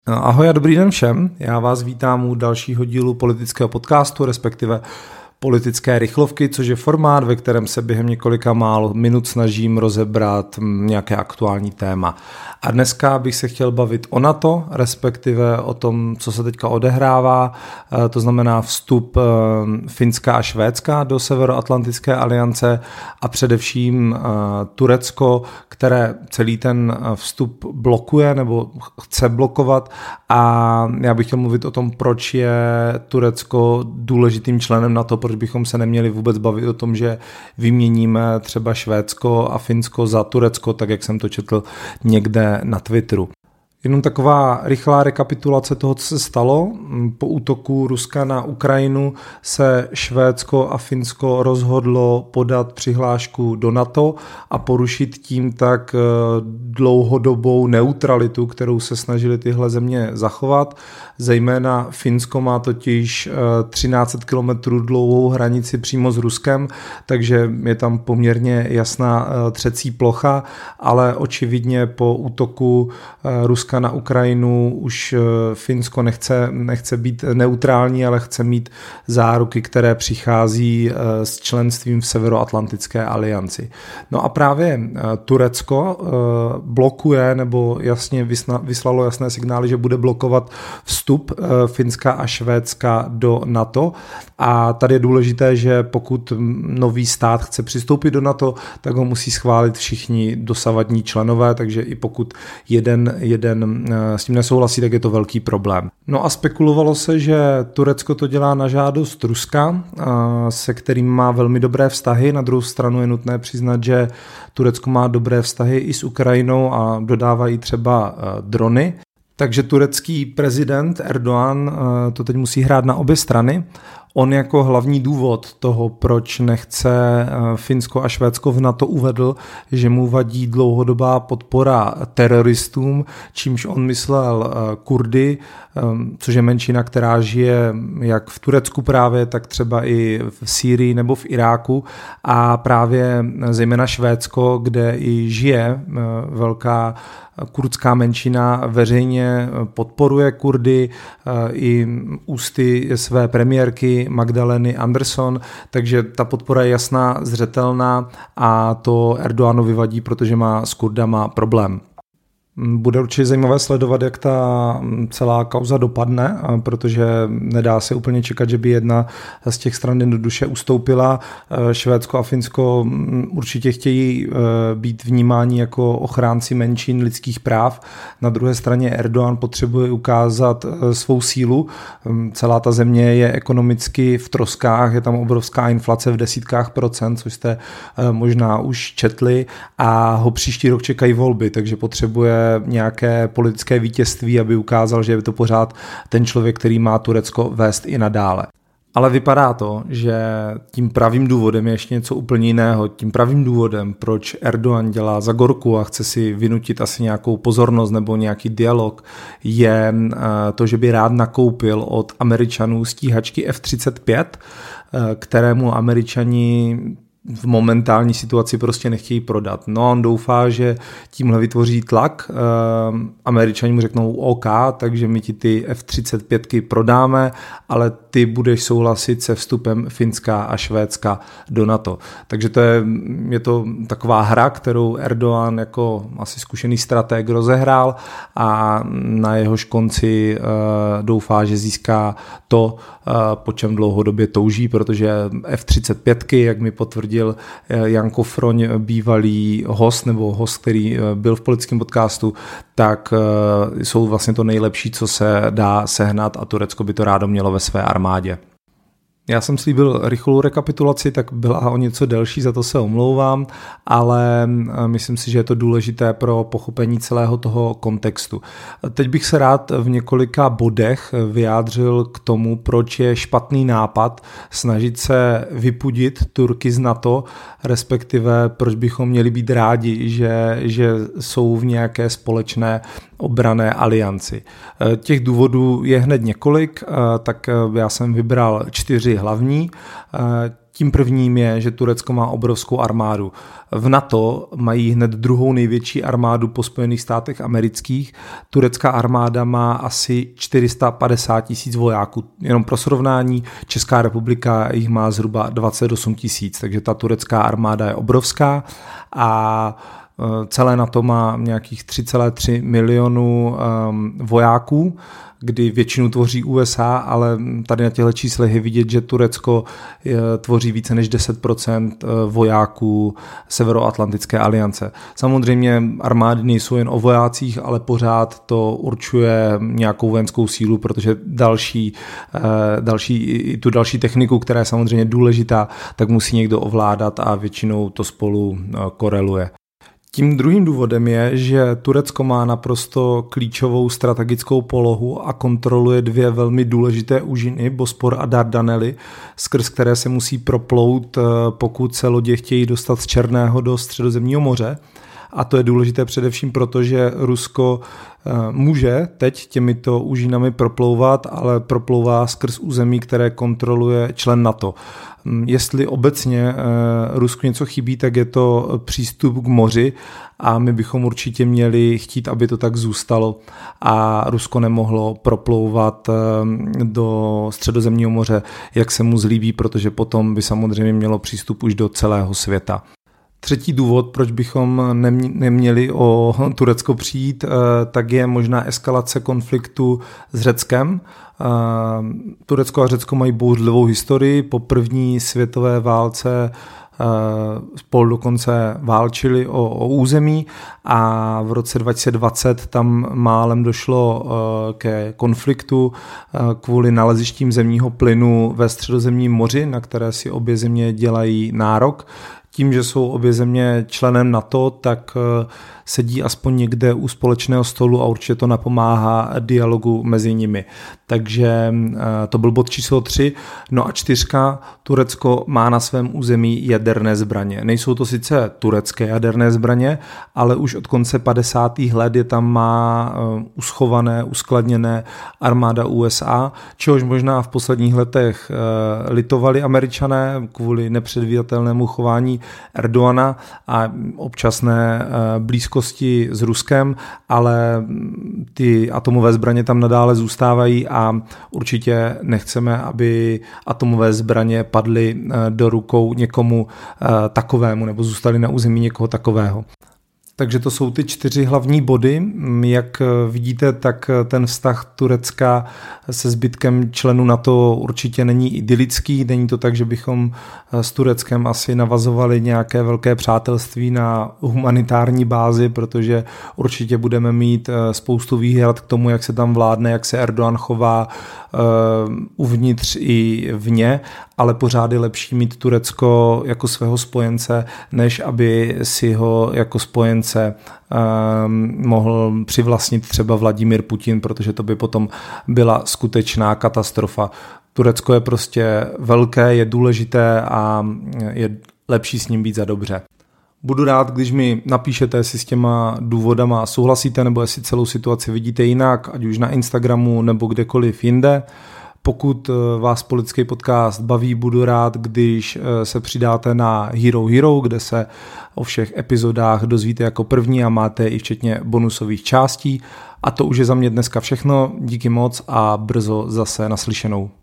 Ahoj a dobrý den všem. Já vás vítám u dalšího dílu politického podcastu, respektive politické rychlovky, což je formát, ve kterém se během několika málo minut snažím rozebrat nějaké aktuální téma. A dneska bych se chtěl bavit o NATO, respektive o tom, co se teďka odehrává, to znamená vstup Finska a Švédska do Severoatlantické aliance a především Turecko, které celý ten vstup blokuje nebo chce blokovat, a já bych chtěl mluvit o tom, proč je Turecko důležitým členem NATO, proč bychom se neměli vůbec bavit o tom, že vyměníme třeba Švédsko a Finsko za Turecko, tak jak jsem to četl někde na Twitteru. Jenom taková rychlá rekapitulace toho, co se stalo. Po útoku Ruska na Ukrajinu se Švédsko a Finsko rozhodlo podat přihlášku do NATO a porušit tím tak dlouhodobou neutralitu, kterou se snažily tyhle země zachovat. Zejména Finsko má totiž 1300 kilometrů dlouhou hranici přímo s Ruskem, takže je tam poměrně jasná třecí plocha, ale očividně po útoku Ruska na Ukrajinu už Finsko nechce být neutrální, ale chce mít záruky, které přichází s členstvím v Severoatlantické alianci. No a právě Turecko blokuje, nebo jasně vyslalo jasné signály, že bude blokovat vstup Finska a Švédska do NATO. A tady je důležité, že pokud nový stát chce přistoupit do NATO, tak ho musí schválit všichni dosavadní členové, takže i pokud jeden s tím nesouhlasí, tak je to velký problém. No a spekulovalo se, že Turecko to dělá na žádost Ruska, se kterým má velmi dobré vztahy. Na druhou stranu je nutné přiznat, že Turecko má dobré vztahy i s Ukrajinou a dodávají třeba drony. Takže turecký prezident Erdogan to teď musí hrát na obě strany. On jako hlavní důvod toho, proč nechce Finsko a Švédsko v NATO, uvedl, že mu vadí dlouhodobá podpora teroristům, čímž on myslel Kurdy, což je menšina, která žije jak v Turecku právě, tak třeba i v Sýrii nebo v Iráku, a právě zejména Švédsko, kde i žije velká kurdská menšina, veřejně podporuje Kurdy i ústy své premiérky Magdaleny Andersson, takže ta podpora je jasná, zřetelná a to Erdoganovi vadí, protože má s Kurdama problém. Bude určitě zajímavé sledovat, jak ta celá kauza dopadne, protože nedá se úplně čekat, že by jedna z těch stran jednoduše ustoupila. Švédsko a Finsko určitě chtějí být vnímáni jako ochránci menšin lidských práv. Na druhé straně Erdogan potřebuje ukázat svou sílu. Celá ta země je ekonomicky v troskách, je tam obrovská inflace v desítkách procent, což jste možná už četli, a ho příští rok čekají volby, takže potřebuje nějaké politické vítězství, aby ukázal, že je to pořád ten člověk, který má Turecko vést i nadále. Ale vypadá to, že tím pravým důvodem je ještě něco úplně jiného. Tím pravým důvodem, proč Erdogan dělá za gorku a chce si vynutit asi nějakou pozornost nebo nějaký dialog, je to, že by rád nakoupil od Američanů stíhačky F-35, kterému Američani v momentální situaci prostě nechtějí prodat. No, on doufá, že tímhle vytvoří tlak. Američani mu řeknou OK, takže my ti ty F-35 prodáme, ale ty budeš souhlasit se vstupem Finska a Švédska do NATO. Takže je to taková hra, kterou Erdogan jako asi zkušený stratég rozehrál, a na jehož konci doufá, že získá to, po čem dlouhodobě touží, protože F-35, jak mi potvrdil Janko Froň, bývalý host, nebo host, který byl v politickém podcastu, tak jsou vlastně to nejlepší, co se dá sehnat, a Turecko by to rádo mělo ve své armádě. Já jsem slíbil rychlou rekapitulaci, tak byla o něco delší, za to se omlouvám, ale myslím si, že je to důležité pro pochopení celého toho kontextu. Teď bych se rád v několika bodech vyjádřil k tomu, proč je špatný nápad snažit se vypudit Turky z NATO, respektive proč bychom měli být rádi, že jsou v nějaké společné obranné alianci. Těch důvodů je hned několik, tak já jsem vybral 4 hlavní. Tím prvním je, že Turecko má obrovskou armádu. V NATO mají hned druhou největší armádu po Spojených státech amerických. Turecká armáda má asi 450 000 vojáků. Jenom pro srovnání, Česká republika jich má zhruba 28 000, takže ta turecká armáda je obrovská a celé NATO má nějakých 3,3 milionu vojáků, kdy většinu tvoří USA, ale tady na těchto číslech je vidět, že Turecko tvoří více než 10% vojáků Severoatlantické aliance. Samozřejmě armády nejsou jen o vojácích, ale pořád to určuje nějakou vojenskou sílu, protože tu další techniku, která je samozřejmě důležitá, tak musí někdo ovládat a většinou to spolu koreluje. Tím druhým důvodem je, že Turecko má naprosto klíčovou strategickou polohu a kontroluje dvě velmi důležité úžiny, Bospor a Dardanely, skrz které se musí proplout, pokud se lodě chtějí dostat z Černého do Středozemního moře. A to je důležité především proto, že Rusko může teď těmito úžinami proplouvat, ale proplouvá skrz území, které kontroluje člen NATO. Jestli obecně Rusku něco chybí, tak je to přístup k moři a my bychom určitě měli chtít, aby to tak zůstalo a Rusko nemohlo proplouvat do Středozemního moře, jak se mu zlíbí, protože potom by samozřejmě mělo přístup už do celého světa. Třetí důvod, proč bychom neměli o Turecko přijít, tak je možná eskalace konfliktu s Řeckem. Turecko a Řecko mají bouřlivou historii. Po první světové válce spolu dokonce válčili o území a v roce 2020 tam málem došlo ke konfliktu kvůli nalezištím zemního plynu ve Středozemním moři, na které si obě země dělají nárok. Tím, že jsou obě země členem NATO, tak sedí aspoň někde u společného stolu a určitě to napomáhá dialogu mezi nimi. Takže to byl bod číslo 3. No a 4. Turecko má na svém území jaderné zbraně. Nejsou to sice turecké jaderné zbraně, ale už od konce 50. let je tam má uschované, uskladněné armáda USA, čehož možná v posledních letech litovali Američané kvůli nepředvídatelnému chování Erdogana a občasné blízkosti s Ruskem, ale ty atomové zbraně tam nadále zůstávají a určitě nechceme, aby atomové zbraně padly do rukou někomu takovému nebo zůstaly na území někoho takového. Takže to jsou ty 4 hlavní body. Jak vidíte, tak ten vztah Turecka se zbytkem členů NATO určitě není idylický. Není to tak, že bychom s Tureckem asi navazovali nějaké velké přátelství na humanitární bázi, protože určitě budeme mít spoustu výhrad k tomu, jak se tam vládne, jak se Erdogan chová uvnitř i vně, ale pořád je lepší mít Turecko jako svého spojence, než aby si ho jako spojence mohl přivlastnit třeba Vladimír Putin, protože to by potom byla skutečná katastrofa. Turecko je prostě velké, je důležité a je lepší s ním být za dobře. Budu rád, když mi napíšete, jestli s těma důvodama souhlasíte, nebo jestli celou situaci vidíte jinak, ať už na Instagramu nebo kdekoliv jinde. Pokud vás politický podcast baví, budu rád, když se přidáte na Hero Hero, kde se o všech epizodách dozvíte jako první a máte i včetně bonusových částí. A to už je za mě dneska všechno. Díky moc a brzo zase naslyšenou.